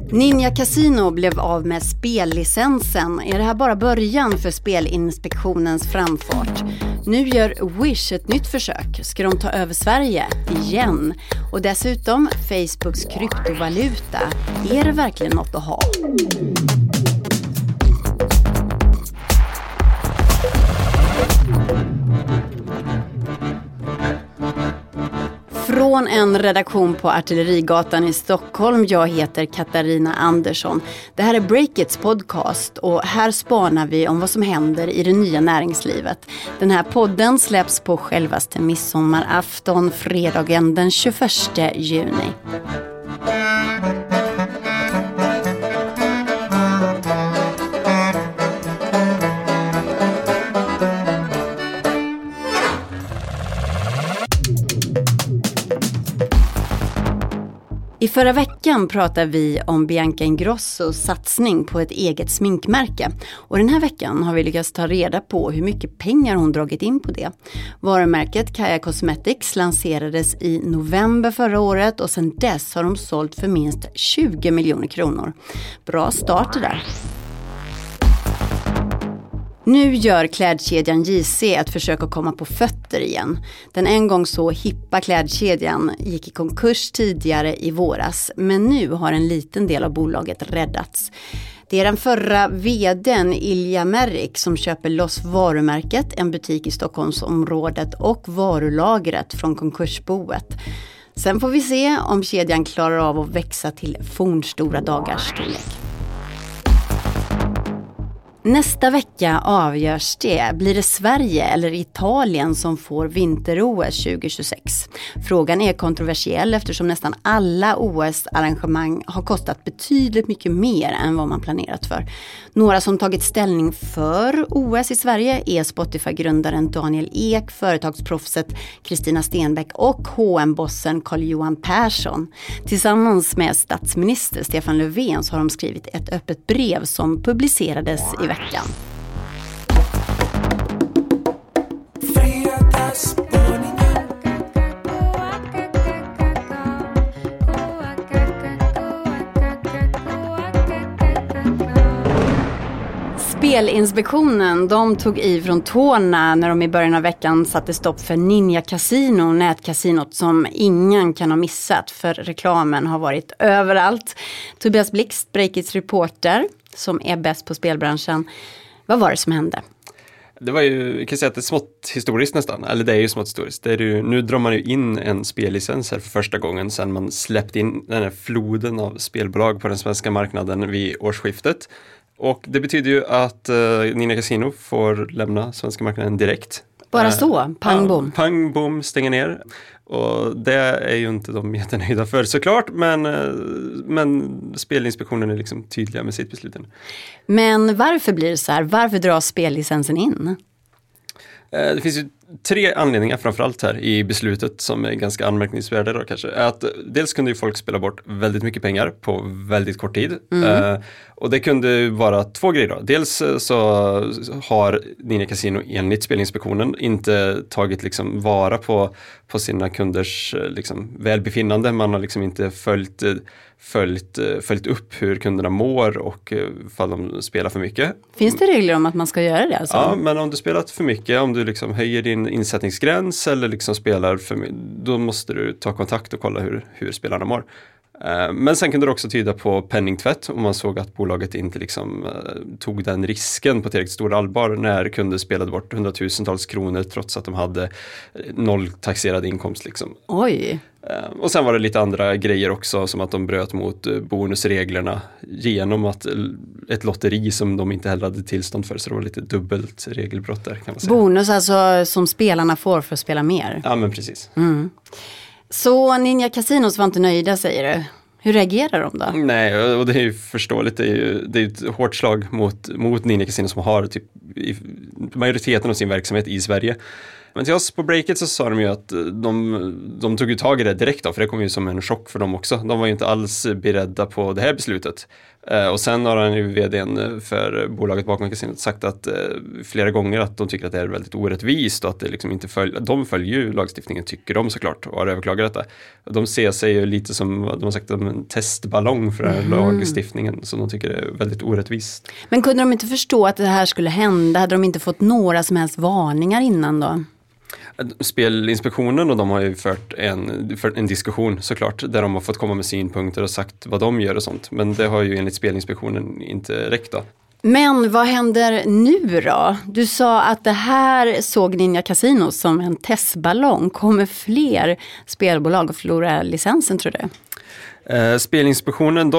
Ninja Casino blev av med spellicensen. Är det här bara början för Spelinspektionens framfart? Nu gör Wish ett nytt försök. Ska de ta över Sverige igen? Och dessutom Facebooks kryptovaluta. Är det verkligen något att ha? Från en redaktion på Artillerigatan i Stockholm, jag heter Katarina Andersson. Det här är Breakits podcast och här spanar vi om vad som händer i det nya näringslivet. Den här podden släpps på självaste midsommarafton, fredagen den 21 juni. I förra veckan pratade vi om Bianca Ingrossos satsning på ett eget sminkmärke. Och den här veckan har vi lyckats ta reda på hur mycket pengar hon dragit in på det. Varumärket Kaja Cosmetics lanserades i november förra året och sedan dess har de sålt för minst 20 miljoner kronor. Bra start det där. Nu gör klädkedjan JC ett försök att komma på fötter igen. Den en gång så hippa klädkedjan gick i konkurs tidigare i våras, men nu har en liten del av bolaget räddats. Det är den förra vdn Ilja Merrick som köper loss varumärket, en butik i Stockholmsområdet och varulagret från konkursboet. Sen får vi se om kedjan klarar av att växa till fornstora dagars storlek. Nästa vecka avgörs det. Blir det Sverige eller Italien som får vinter-OS 2026? Frågan är kontroversiell eftersom nästan alla OS-arrangemang har kostat betydligt mycket mer än vad man planerat för. Några som tagit ställning för OS i Sverige är Spotify-grundaren Daniel Ek, företagsproffset Kristina Stenbeck och H&M-bossen Carl-Johan Persson. Tillsammans med statsminister Stefan Löfven så har de skrivit ett öppet brev som publicerades i veckan. Spelinspektionen, de tog i från tårna när de i början av veckan satte stopp för Ninja Casino, nätkasinot som ingen kan ha missat för reklamen har varit överallt. Tobias Blixt, Breakits reporter som är bäst på spelbranschen. Vad var det som hände? Det var ju, jag kan säga att det är smått historiskt nästan. Eller det är ju smått historiskt. Det är ju, nu drar man ju in en spellicens här för första gången sedan man släppte in den här floden av spelbolag på den svenska marknaden vid årsskiftet. Och det betyder ju att Ninja Casino får lämna svenska marknaden direkt. Bara så? Pang bom? Ja, pang bom, stänger ner. Och det är ju inte de jättenöjda för såklart, men Spelinspektionen är liksom tydliga med sitt beslut. Men varför blir det så här? Varför dras spellicensen in? Det finns ju 3 anledningar framförallt här i beslutet som är ganska anmärkningsvärda då kanske. Att dels kunde ju folk spela bort väldigt mycket pengar på väldigt kort tid. Och det kunde vara 2 grejer då. Dels så har Ninja Casino enligt Spelinspektionen inte tagit liksom vara på sina kunders liksom välbefinnande. Man har liksom inte följt upp hur kunderna mår och ifall de spelar för mycket. Finns det regler om att man ska göra det? Alltså? Ja, men om du spelat för mycket, om du liksom höjer din insättningsgräns eller liksom spelar för mycket, då måste du ta kontakt och kolla hur spelarna mår. Men sen kunde det också tyda på penningtvätt om man såg att bolaget inte liksom tog den risken på tillräckligt stor allvar när kunder spelade bort 100,000-tals kronor trots att de hade 0 taxerad inkomst liksom. Oj! Och sen var det lite andra grejer också som att de bröt mot bonusreglerna genom att ett lotteri som de inte heller hade tillstånd för, så det var lite dubbelt regelbrott där kan man säga. Bonus alltså som spelarna får för att spela mer? Ja men precis. Så Ninja Casinos var inte nöjda säger du? Hur reagerar de då? Nej, och det är ju förståeligt. Det är ju ett hårt slag mot Ninja Casino som har typ majoriteten av sin verksamhet i Sverige. Men till oss på Breakit så sa de ju att de tog ju tag i det direkt då, för det kom ju som en chock för dem också. De var ju inte alls beredda på det här beslutet. Och sen har han ju vdn för bolaget bakom kasinot sagt att flera gånger att de tycker att det är väldigt orättvist och att det liksom inte de följer ju lagstiftningen, tycker de såklart, och har överklagat detta. De ser sig ju lite som, de har sagt, en testballong för den här lagstiftningen som de tycker är väldigt orättvist. Men kunde de inte förstå att det här skulle hända? Hade de inte fått några som helst varningar innan då? Spelinspektionen och de har ju fört en diskussion såklart, där de har fått komma med synpunkter och sagt vad de gör och sånt. Men det har ju enligt Spelinspektionen inte räckt då. Men vad händer nu då? Du sa att det här såg Ninja Casino som en testballong. Kommer fler spelbolag att förlora licensen, tror du? Spelinspektionen,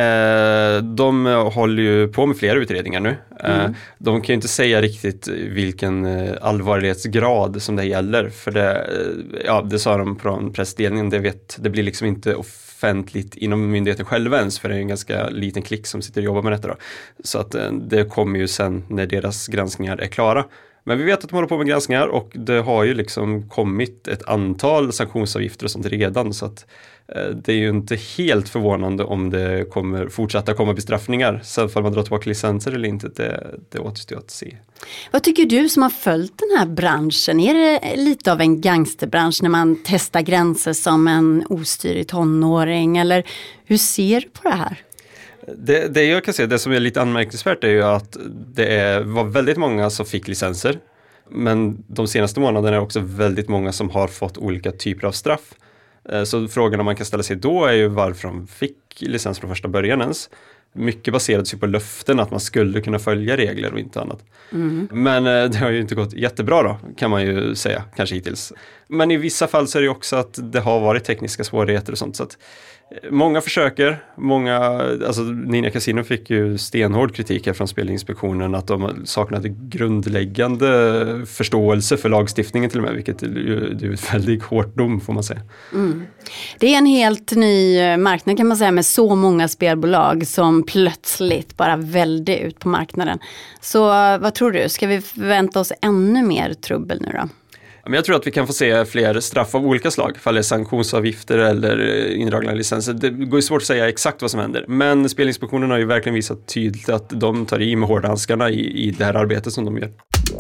de håller ju på med flera utredningar nu. De kan ju inte säga riktigt vilken allvarlighetsgrad som det gäller, för det sa de på en pressdelning, det blir liksom inte offentligt inom myndigheten själva ens, för det är en ganska liten klick som sitter och jobbar med detta då. Så att det kommer ju sen när deras granskningar är klara. Men vi vet att de håller på med granskningar och det har ju liksom kommit ett antal sanktionsavgifter och sånt redan, så att det är ju inte helt förvånande om det kommer fortsätta komma bestraffningar. Sen får man dra tillbaka licenser eller inte, det återstår att se. Vad tycker du som har följt den här branschen? Är det lite av en gangsterbransch när man testar gränser som en ostyrig tonåring? Eller hur ser du på det här? Det jag kan se, det som är lite anmärkningsvärt är ju att det var väldigt många som fick licenser. Men de senaste månaderna är det också väldigt många som har fått olika typer av straff. Så frågan man kan ställa sig då är ju varför de fick licens från första början ens. Mycket baserat sig på löften att man skulle kunna följa regler och inte annat. Men det har ju inte gått jättebra då, kan man ju säga, kanske hittills. Men i vissa fall så är det också att det har varit tekniska svårigheter och sånt, så att många försöker, alltså Ninja Casino fick ju stenhård kritik här från Spelinspektionen att de saknade grundläggande förståelse för lagstiftningen till och med, vilket är ett väldigt hårt dom får man säga. Det är en helt ny marknad kan man säga, med så många spelbolag som plötsligt bara välde ut på marknaden. Så vad tror du, ska vi förvänta oss ännu mer trubbel nu då? Men jag tror att vi kan få se fler straff av olika slag, fall det sanktionsavgifter eller indragna licenser. Det går ju svårt att säga exakt vad som händer. Men Spelinspektionen har ju verkligen visat tydligt att de tar i med hårdhandskarna i det här arbetet som de gör.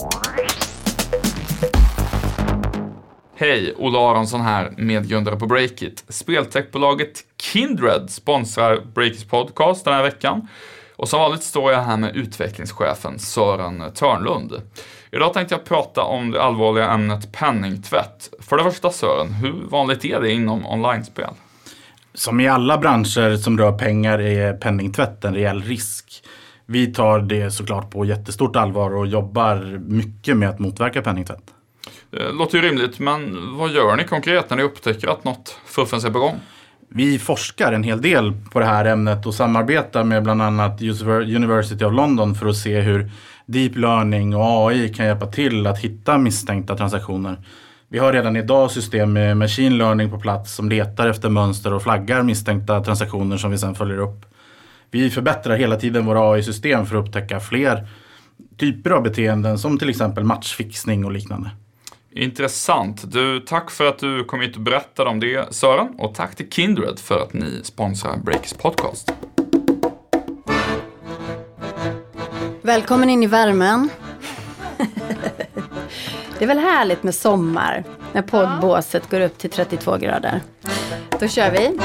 Hej, Ola Aronsson här, medgrundare på Breakit. Speltechbolaget Kindred sponsrar Breakits podcast den här veckan. Och som vanligt står jag här med utvecklingschefen Sören Törnlund. Idag tänkte jag prata om det allvarliga ämnet penningtvätt. För det första, Sören, hur vanligt är det inom online-spel? Som i alla branscher som rör pengar är penningtvätt en rejäl risk. Vi tar det såklart på jättestort allvar och jobbar mycket med att motverka penningtvätt. Det låter ju rimligt, men vad gör ni konkret när ni upptäcker att något fuffens är på gång? Vi forskar en hel del på det här ämnet och samarbetar med bland annat University of London för att se hur deep learning och AI kan hjälpa till att hitta misstänkta transaktioner. Vi har redan idag system med machine learning på plats som letar efter mönster och flaggar misstänkta transaktioner som vi sedan följer upp. Vi förbättrar hela tiden våra AI-system för att upptäcka fler typer av beteenden som till exempel matchfixning och liknande. Intressant. Tack för att du kom hit och berättade om det, Sören. Och tack till Kindred för att ni sponsrar Breakits podcast. Välkommen in i värmen. Det är väl härligt med sommar när poddbåset går upp till 32 grader. Då kör vi.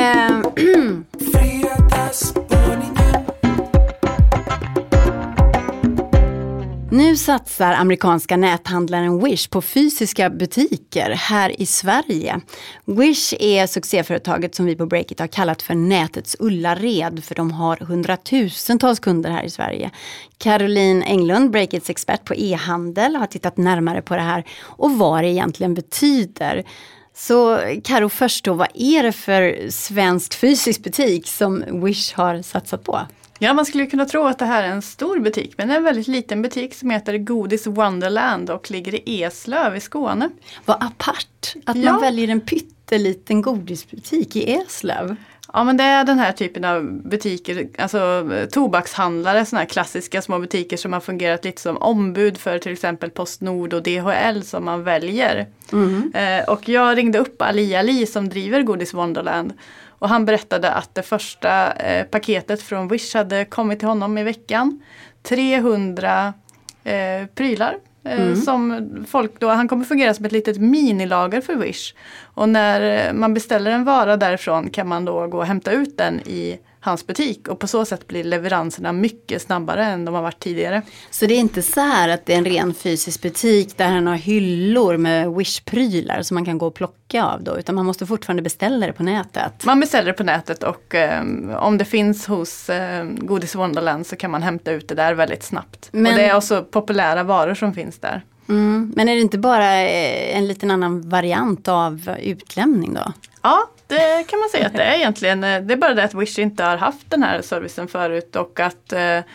Nu satsar amerikanska näthandlaren Wish på fysiska butiker här i Sverige. Wish är succéföretaget som vi på Breakit har kallat för nätets Ullared, för de har hundratusentals kunder här i Sverige. Caroline Englund, Breakits expert på e-handel, har tittat närmare på det här och vad det egentligen betyder. Så Karo, först då, vad är det för svensk fysisk butik som Wish har satsat på? Ja, man skulle kunna tro att det här är en stor butik, men det är en väldigt liten butik som heter Godis Wonderland och ligger i Eslöv i Skåne. Vad apart smart att man väljer en pytteliten godisbutik i Eslöv. Ja, men det är den här typen av butiker, alltså tobakshandlare, såna här klassiska små butiker som har fungerat lite som ombud för till exempel Postnord och DHL som man väljer. Och jag ringde upp Ali som driver Godis Wonderland och han berättade att det första paketet från Wish hade kommit till honom i veckan. 300 prylar. Som folk då, han kommer fungera som ett litet minilager för Wish. Och när man beställer en vara därifrån kan man då gå och hämta ut den i hans butik. Och på så sätt blir leveranserna mycket snabbare än de har varit tidigare. Så det är inte så här att det är en ren fysisk butik där han har hyllor med Wish-prylar som man kan gå och plocka av då. Utan man måste fortfarande beställa det på nätet. Man beställer det på nätet och om det finns hos Godis Wonderland så kan man hämta ut det där väldigt snabbt. Och det är också populära varor som finns där. Men är det inte bara en liten annan variant av utlämning då? Ja, det kan man säga att det är egentligen. Det är bara det att Wish inte har haft den här servicen förut och att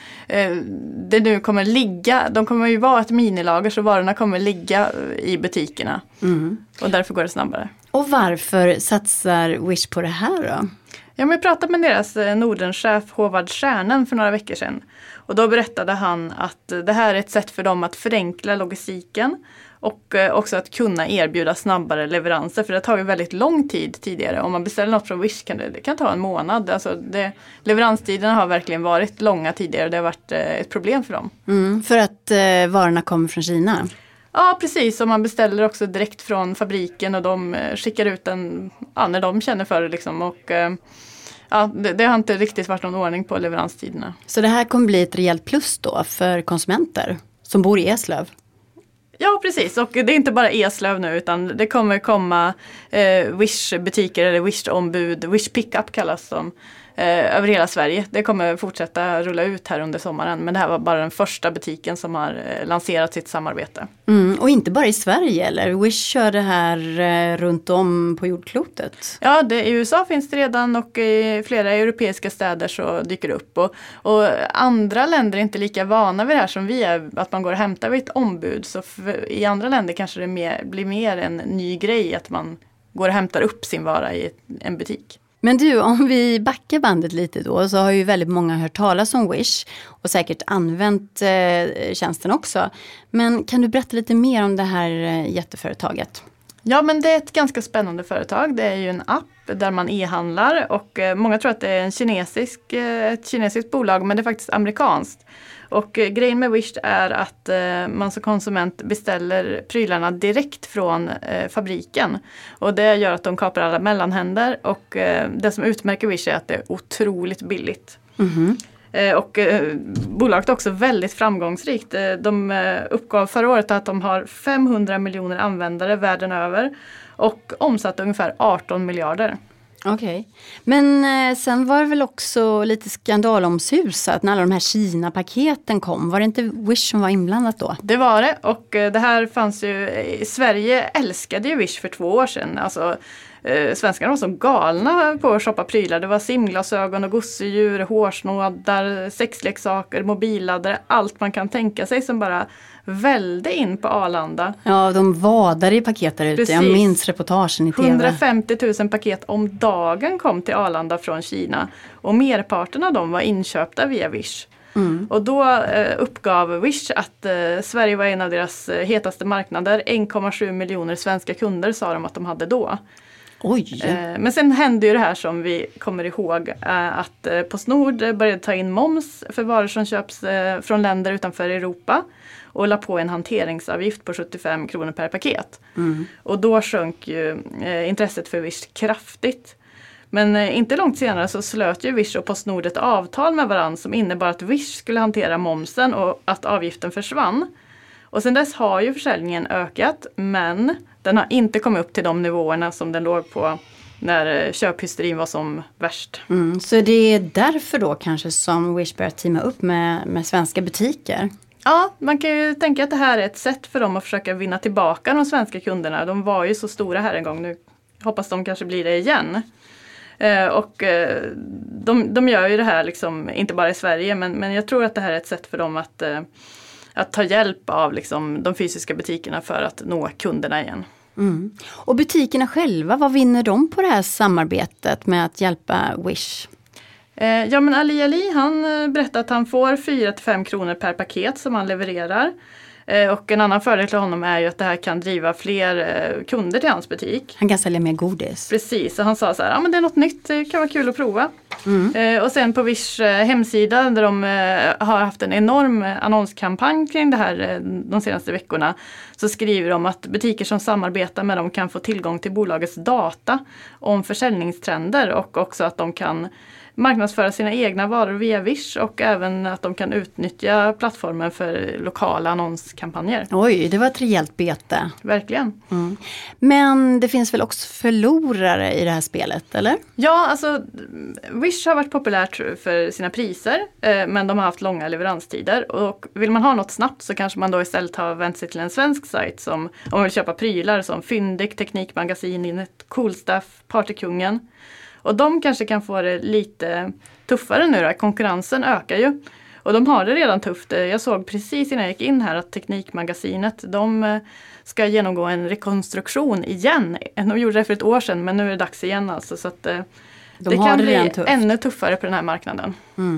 det nu kommer ligga, de kommer ju vara ett minilager så varorna kommer ligga i butikerna. Och därför går det snabbare. Och varför satsar Wish på det här då? Ja, men jag pratade med deras Nordenchef Håvard Stjärnen för några veckor sedan. Och då berättade han att det här är ett sätt för dem att förenkla logistiken och också att kunna erbjuda snabbare leveranser. För det tar ju väldigt lång tid tidigare. Om man beställer något från Wish det kan ta en månad. Alltså leveranstiderna har verkligen varit långa tidigare och det har varit ett problem för dem. För att varorna kommer från Kina? Ja, precis. Och man beställer också direkt från fabriken och de skickar ut den när de känner för det liksom. Och det har inte riktigt varit någon ordning på leveranstiderna. Så det här kommer bli ett rejält plus då för konsumenter som bor i Eslöv? Ja, precis. Och det är inte bara Eslöv nu utan det kommer komma Wish-butiker eller Wish-ombud, Wish-pickup kallas de, över hela Sverige. Det kommer fortsätta rulla ut här under sommaren men det här var bara den första butiken som har lanserat sitt samarbete. Och inte bara i Sverige eller? Wish kör det här runt om på jordklotet? Ja, i USA finns det redan och i flera europeiska städer så dyker det upp. Och andra länder är inte lika vana vid det här som vi är, att man går och hämtar vid ett ombud. Så i andra länder kanske det blir mer en ny grej att man går och hämtar upp sin vara i en butik. Men du, om vi backar bandet lite då så har ju väldigt många hört talas om Wish och säkert använt tjänsten också. Men kan du berätta lite mer om det här jätteföretaget? Ja, men det är ett ganska spännande företag. Det är ju en app där man e-handlar och många tror att det är ett kinesiskt bolag men det är faktiskt amerikanskt. Och grejen med Wish är att man som konsument beställer prylarna direkt från fabriken. Och det gör att de kapar alla mellanhänder och det som utmärker Wish är att det är otroligt billigt. Och bolaget är också väldigt framgångsrikt. De uppgav förra året att de har 500 miljoner användare världen över och omsatt ungefär 18 miljarder. Okej. Men sen var det väl också lite skandalomsusat när alla de här Kina-paketen kom. Var det inte Wish som var inblandat då? Det var det och det här fanns ju, Sverige älskade ju Wish för 2 år sedan. Alltså svenskarna var så galna på att shoppa prylar. Det var simglasögon och gosedjur, hårsnådar, sexleksaker, mobilladdare, allt man kan tänka sig som bara välde in på Arlanda. Ja, de vadade i paket där ute. Precis. Jag minns reportagen i tv. 150 000 paket om dagen kom till Arlanda från Kina. Och merparten av dem var inköpta via Wish. Och då uppgav Wish att Sverige var en av deras hetaste marknader. 1,7 miljoner svenska kunder sa de att de hade då. Oj! Men sen hände ju det här som vi kommer ihåg att Postnord började ta in moms för varor som köps från länder utanför Europa och la på en hanteringsavgift på 75 kronor per paket. Och då sjönk ju intresset för Wish kraftigt. Men inte långt senare så slöt ju Wish och Postnord ett avtal med varandra som innebar att Wish skulle hantera momsen och att avgiften försvann. Och sen dess har ju försäljningen ökat men den har inte kommit upp till de nivåerna som den låg på när köphysterin var som värst. Så det är därför då kanske som Wish börjar teama upp med svenska butiker? Ja, man kan ju tänka att det här är ett sätt för dem att försöka vinna tillbaka de svenska kunderna. De var ju så stora här en gång, nu hoppas de kanske blir det igen. Och de gör ju det här liksom, inte bara i Sverige men jag tror att det här är ett sätt för dem att ta hjälp av liksom, de fysiska butikerna för att nå kunderna igen. Och butikerna själva, vad vinner de på det här samarbetet med att hjälpa Wish? Ja, men Ali han berättar att han får 4-5 kronor per paket som han levererar. Och en annan fördel till honom är ju att det här kan driva fler kunder till hans butik. Han kan sälja mer godis. Precis, så han sa så här, ja men det är något nytt, det kan vara kul att prova. Och sen på Wish hemsida där de har haft en enorm annonskampanj kring det här de senaste veckorna, så skriver de att butiker som samarbetar med dem kan få tillgång till bolagets data om försäljningstrender och också att de kan marknadsföra sina egna varor via Wish och även att de kan utnyttja plattformen för lokala annonskampanjer. Oj, det var ett rejält bete. Verkligen. Men det finns väl också förlorare i det här spelet, eller? Ja, alltså Wish har varit populärt för sina priser, men de har haft långa leveranstider. Och vill man ha något snabbt så kanske man då istället har vänt sig till en svensk sajt som, om man vill köpa prylar som Fyndik, Teknikmagasinet, Coolstuff, Partykungen. Och de kanske kan få det lite tuffare nu då. Konkurrensen ökar ju. Och de har det redan tufft. Jag såg precis innan jag gick in här att Teknikmagasinet, de ska genomgå en rekonstruktion igen. De gjorde det för ett år sedan, men nu är det dags igen alltså. Så att det kan bli ännu tuffare på den här marknaden.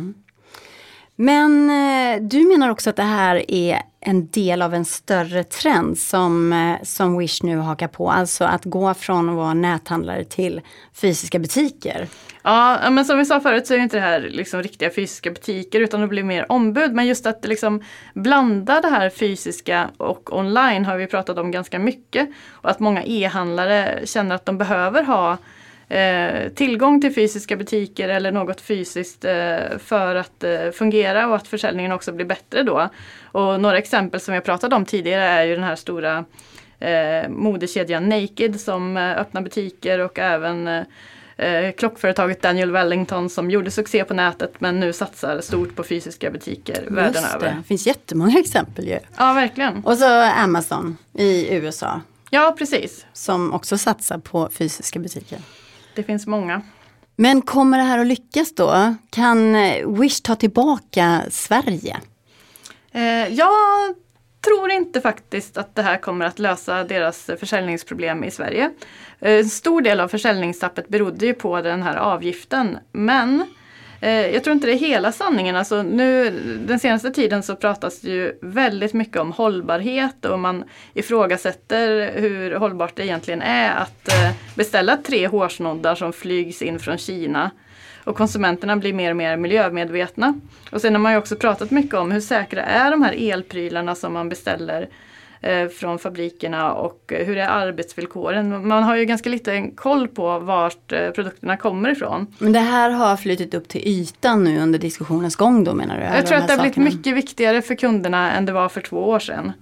Men du menar också att det här är en del av en större trend som Wish nu hakar på. Alltså att gå från att vara näthandlare till fysiska butiker. Ja, men som vi sa förut så är inte det här liksom riktiga fysiska butiker utan det blir mer ombud. Men just att liksom blanda det här fysiska och online har vi pratat om ganska mycket. Och att många e-handlare känner att de behöver ha tillgång till fysiska butiker eller något fysiskt för att fungera och att försäljningen också blir bättre då. Och några exempel som jag pratade om tidigare är ju den här stora modekedjan Naked som öppnar butiker och även klockföretaget Daniel Wellington som gjorde succé på nätet men nu satsar stort på fysiska butiker världen över. Det finns jättemånga exempel ju. Ja, verkligen. Och så Amazon i USA. Ja, precis. Som också satsar på fysiska butiker. Det finns många. Men kommer det här att lyckas då? Kan Wish ta tillbaka Sverige? Jag tror inte faktiskt att det här kommer att lösa deras försäljningsproblem i Sverige. En stor del av försäljningstappet berodde ju på den här avgiften. Men jag tror inte det är hela sanningen. Alltså nu, den senaste tiden så pratas det ju väldigt mycket om hållbarhet och man ifrågasätter hur hållbart det egentligen är att beställa 3 hårsnoddar som flygs in från Kina. Och konsumenterna blir mer och mer miljömedvetna. Och sen har man ju också pratat mycket om hur säkra är de här elprylarna som man beställer från fabrikerna och hur är arbetsvillkoren. Man har ju ganska lite koll på vart produkterna kommer ifrån. Men det här har flyttat upp till ytan nu under diskussionens gång då, menar du? Jag tror att det har blivit mycket viktigare för kunderna än det var för 2 år sedan.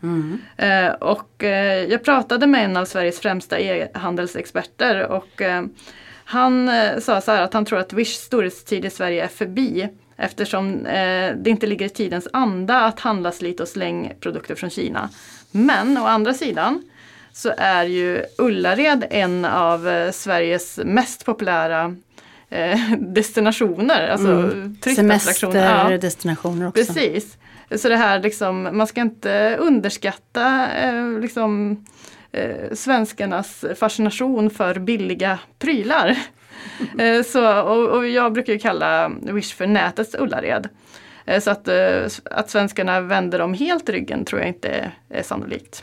Jag pratade med en av Sveriges främsta e-handelsexperter och han sa så här att han tror att Wish storhetstid i Sverige är förbi eftersom det inte ligger i tidens anda att handla slit och släng produkter från Kina. Men å andra sidan så är ju Ullared en av Sveriges mest populära destinationer. Alltså semesterdestinationer också. Precis. Så det här liksom, man ska inte underskatta liksom svenskarnas fascination för billiga prylar. Och jag brukar ju kalla Wish för nätets Ullared. Så att svenskarna vänder dem helt ryggen tror jag inte är sannolikt.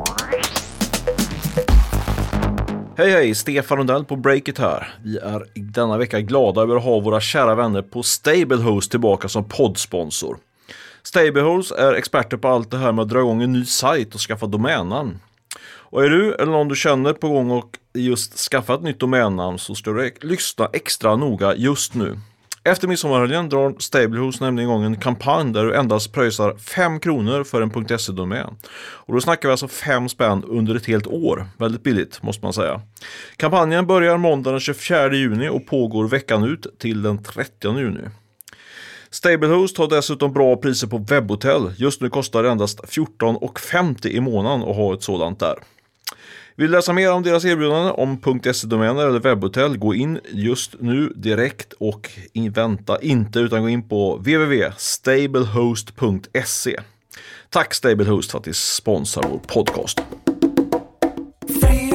Hej, Stefan Rundell på Breakit här. Vi är denna vecka glada över att ha våra kära vänner på Stablehost tillbaka som poddsponsor. Stablehost är experter på allt det här med att dra igång en ny sajt och skaffa domännamn. Och är du eller någon du känner på gång och just skaffat ett nytt domännamn så ska du lyssna extra noga just nu. Efter midsommarhelgen drar Stablehost nämligen igång en kampanj där du endast pröjsar 5 kronor för en .se-domän. Och då snackar vi alltså 5 spänn under ett helt år. Väldigt billigt måste man säga. Kampanjen börjar måndag den 24 juni och pågår veckan ut till den 30 juni. Stablehost har dessutom bra priser på webbhotell. Just nu kostar det endast 14,50 i månaden att ha ett sådant där. Vill du läsa mer om deras erbjudande om .se-domäner eller webbhotell, gå in just nu direkt och vänta inte utan gå in på www.stablehost.se. Tack Stablehost för att ni sponsrar vår podcast.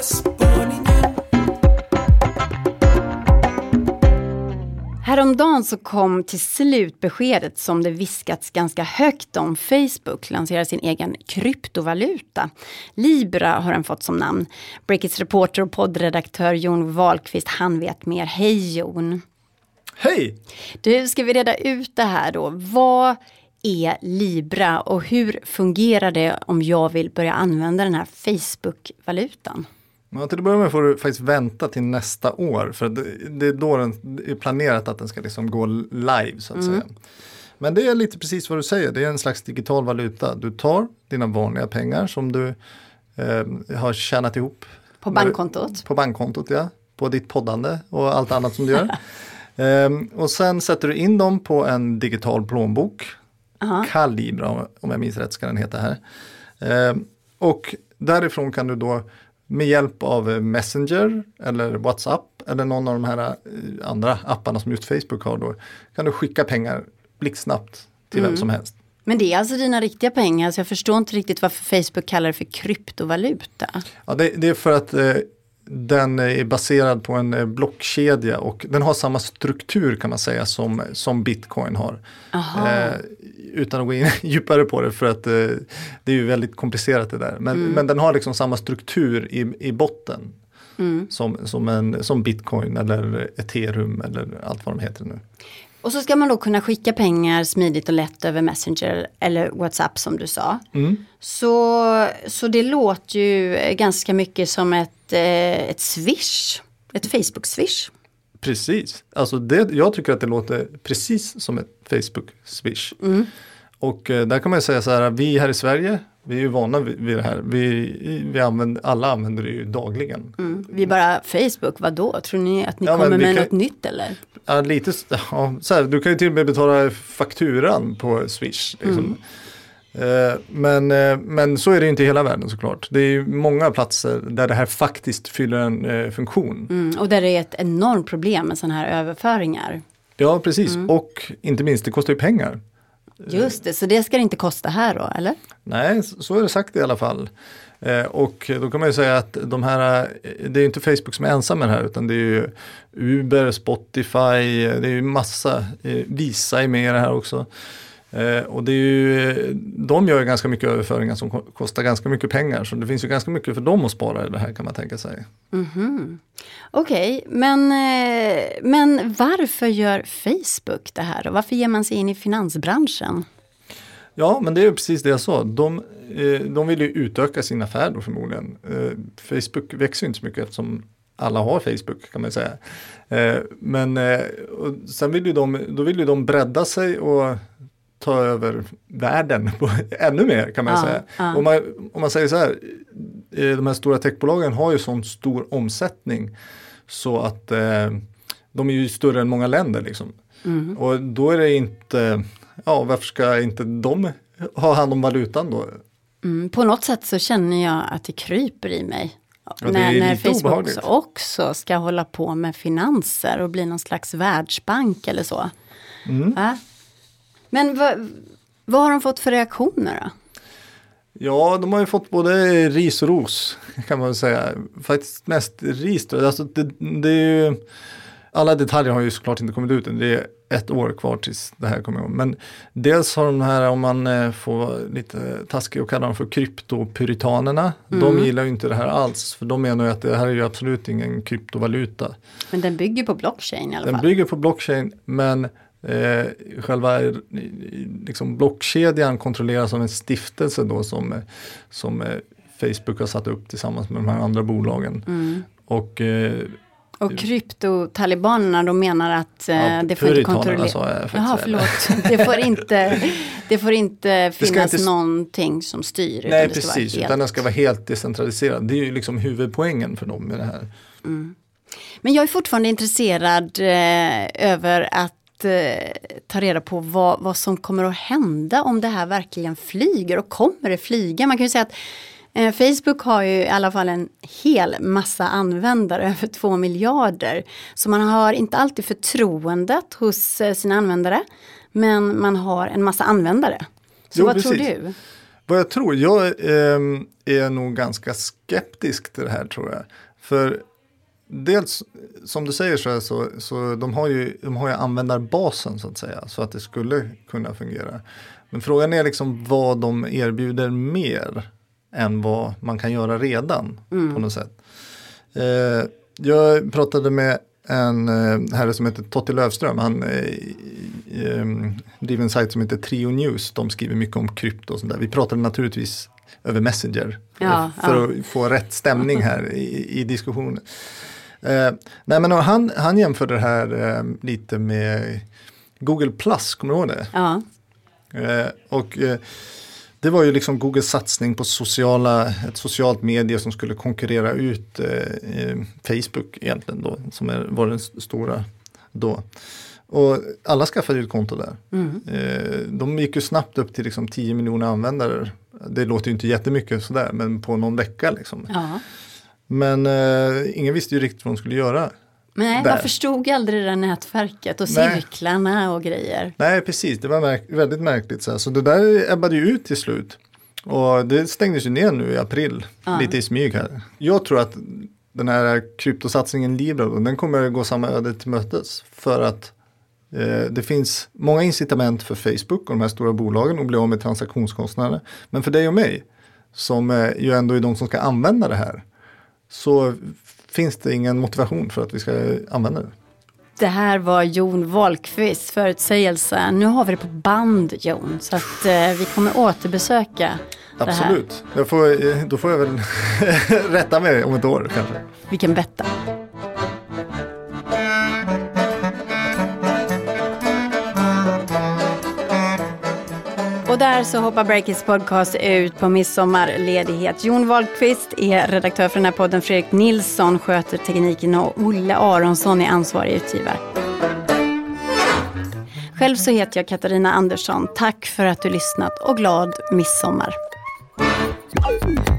Häromdagen så kom till slut beskedet som det viskats ganska högt om. Facebook lanserar sin egen kryptovaluta. Libra har den fått som namn. Breakits reporter och poddredaktör Jon Wahlqvist, han vet mer. Hej Jon! Hej! Du, ska vi reda ut det här då? Vad är Libra och hur fungerar det om jag vill börja använda den här Facebook-valutan? Ja, till att börja med får du faktiskt vänta till nästa år, för det är då den är planerat att den ska liksom gå live så att säga. Men det är lite precis vad du säger, det är en slags digital valuta. Du tar dina vanliga pengar som du har tjänat ihop. På bankkontot? På bankkontot, ja. På ditt poddande och allt annat som du gör. Och sen sätter du in dem på en digital plånbok. Calibra, om jag minns rätt ska den heta här. Och därifrån kan du då med hjälp av Messenger eller WhatsApp eller någon av de här andra apparna som just Facebook har då, kan du skicka pengar blixtsnabbt till vem som helst. Men det är alltså dina riktiga pengar, så jag förstår inte riktigt varför Facebook kallar det för kryptovaluta. Ja, det är för att den är baserad på en blockkedja och den har samma struktur kan man säga som Bitcoin har. Utan att gå in djupare på det, för att det är ju väldigt komplicerat det där. Men den har liksom samma struktur i botten som Bitcoin eller Ethereum eller allt vad de heter nu. Och så ska man då kunna skicka pengar smidigt och lätt över Messenger eller WhatsApp som du sa. Så det låter ju ganska mycket som ett Swish, ett Facebook-Swish. Precis, alltså jag tycker att det låter precis som ett Facebook-Swish. Och där kan man säga så här, vi här i Sverige, vi är ju vana vid det här. Alla använder det ju dagligen. Vi bara, Facebook, vad då? Tror ni att ni kommer med något nytt eller? Ja, lite, ja, så här, du kan ju till och med betala fakturan på Swish. Liksom. Men så är det inte i hela världen såklart. Det är ju många platser där det här faktiskt fyller en funktion. Och där det är ett enormt problem med sådana här överföringar. Ja, precis. Och inte minst, det kostar ju pengar. Just det, så det ska det inte kosta här då, eller? Nej, så är det sagt i alla fall. Och då kan man ju säga att det är ju inte Facebook som är ensam med det här, utan det är ju Uber, Spotify, det är ju massa, Visa är med i det här också. Och det är ju, de gör ju ganska mycket överföringar som kostar ganska mycket pengar, så det finns ju ganska mycket för dem att spara i det här kan man tänka sig. Okej, men varför gör Facebook det här och varför ger man sig in i finansbranschen? Ja, men det är ju precis det jag sa. De vill ju utöka sin affär då förmodligen. Facebook växer ju inte så mycket eftersom alla har Facebook kan man säga. Men sen vill ju de bredda sig och ta över världen på ännu mer kan man säga. Om man säger så här, de här stora techbolagen har ju sån stor omsättning så att de är ju större än många länder liksom. Och då är det inte, varför ska inte de ha hand om valutan då? På något sätt så känner jag att det kryper i mig. Ja, när Facebook också ska hålla på med finanser och bli någon slags världsbank eller så. Men vad har de fått för reaktioner då? Ja, de har ju fått både ris och ros kan man väl säga. Faktiskt mest ris. Alltså det är ju, alla detaljer har ju såklart inte kommit ut än. Det är 1 år kvar tills det här kommer igång. Men dels har de här, om man får lite taskig och kallar dem för kryptopuritanerna. De gillar ju inte det här alls. För de menar ju att det här är ju absolut ingen kryptovaluta. Men den bygger på blockchain i alla fall. Den bygger på blockchain, men själva liksom blockkedjan kontrolleras av en stiftelse då som Facebook har satt upp tillsammans med de här andra bolagen. Och kryptotalibanerna, de menar att det får inte kontrolleras. Jaha, förlåt. det får inte finnas någonting som styr. Nej, precis. Utan den ska vara helt decentraliserad. Det är ju liksom huvudpoängen för dem med det här. Men jag är fortfarande intresserad över att ta reda på vad som kommer att hända om det här verkligen flyger, och kommer det flyga? Man kan ju säga att Facebook har ju i alla fall en hel massa användare, över 2 miljarder. Så man har inte alltid förtroendet hos sina användare, men man har en massa användare. Så vad tror du? Vad jag tror, jag är nog ganska skeptisk till det här tror jag. För dels, som du säger så de har ju användarbasen så att säga. Så att det skulle kunna fungera. Men frågan är liksom vad de erbjuder mer än vad man kan göra redan på något sätt. Jag pratade med en herre som heter Totti Löfström. Han driver en sajt som heter Trio News. De skriver mycket om krypto och sånt där. Vi pratade naturligtvis över Messenger för att få rätt stämning här i diskussionen. Nej, men han jämförde det här lite med Google Plus, kommer du ihåg det? Ja. Det var ju liksom Googles satsning på ett socialt medie som skulle konkurrera ut Facebook egentligen då, som var den stora då. Och alla skaffade ju ett konto där. De gick ju snabbt upp till liksom 10 miljoner användare. Det låter ju inte jättemycket sådär, men på någon vecka liksom. Ja. Men ingen visste ju riktigt vad de skulle göra. Nej, man förstod aldrig det där nätverket och cirklarna och grejer. Nej, precis. Det var väldigt märkligt. Så det där ebbade ju ut till slut. Och det stängdes ju ner nu i april. Lite i smyg här. Jag tror att den här kryptosatsningen Libra, den kommer gå samma öde till mötes. För att det finns många incitament för Facebook och de här stora bolagen att bli av med transaktionskostnader. Men för dig och mig, som ju ändå är de som ska använda det här, så finns det ingen motivation för att vi ska använda det. Det här var Jon Wahlqvist förutsägelse. Nu har vi det på band, Jon, så att vi kommer återbesöka det här. Absolut. Då får jag väl rätta mig om ett år kanske. Vi kan betta. Och där så hoppar Breakits podcast ut på midsommarledighet. Jon Wahlqvist är redaktör för den här podden. Fredrik Nilsson sköter tekniken och Olle Aronsson är ansvarig utgivare. Själv så heter jag Katarina Andersson. Tack för att du lyssnat och glad midsommar.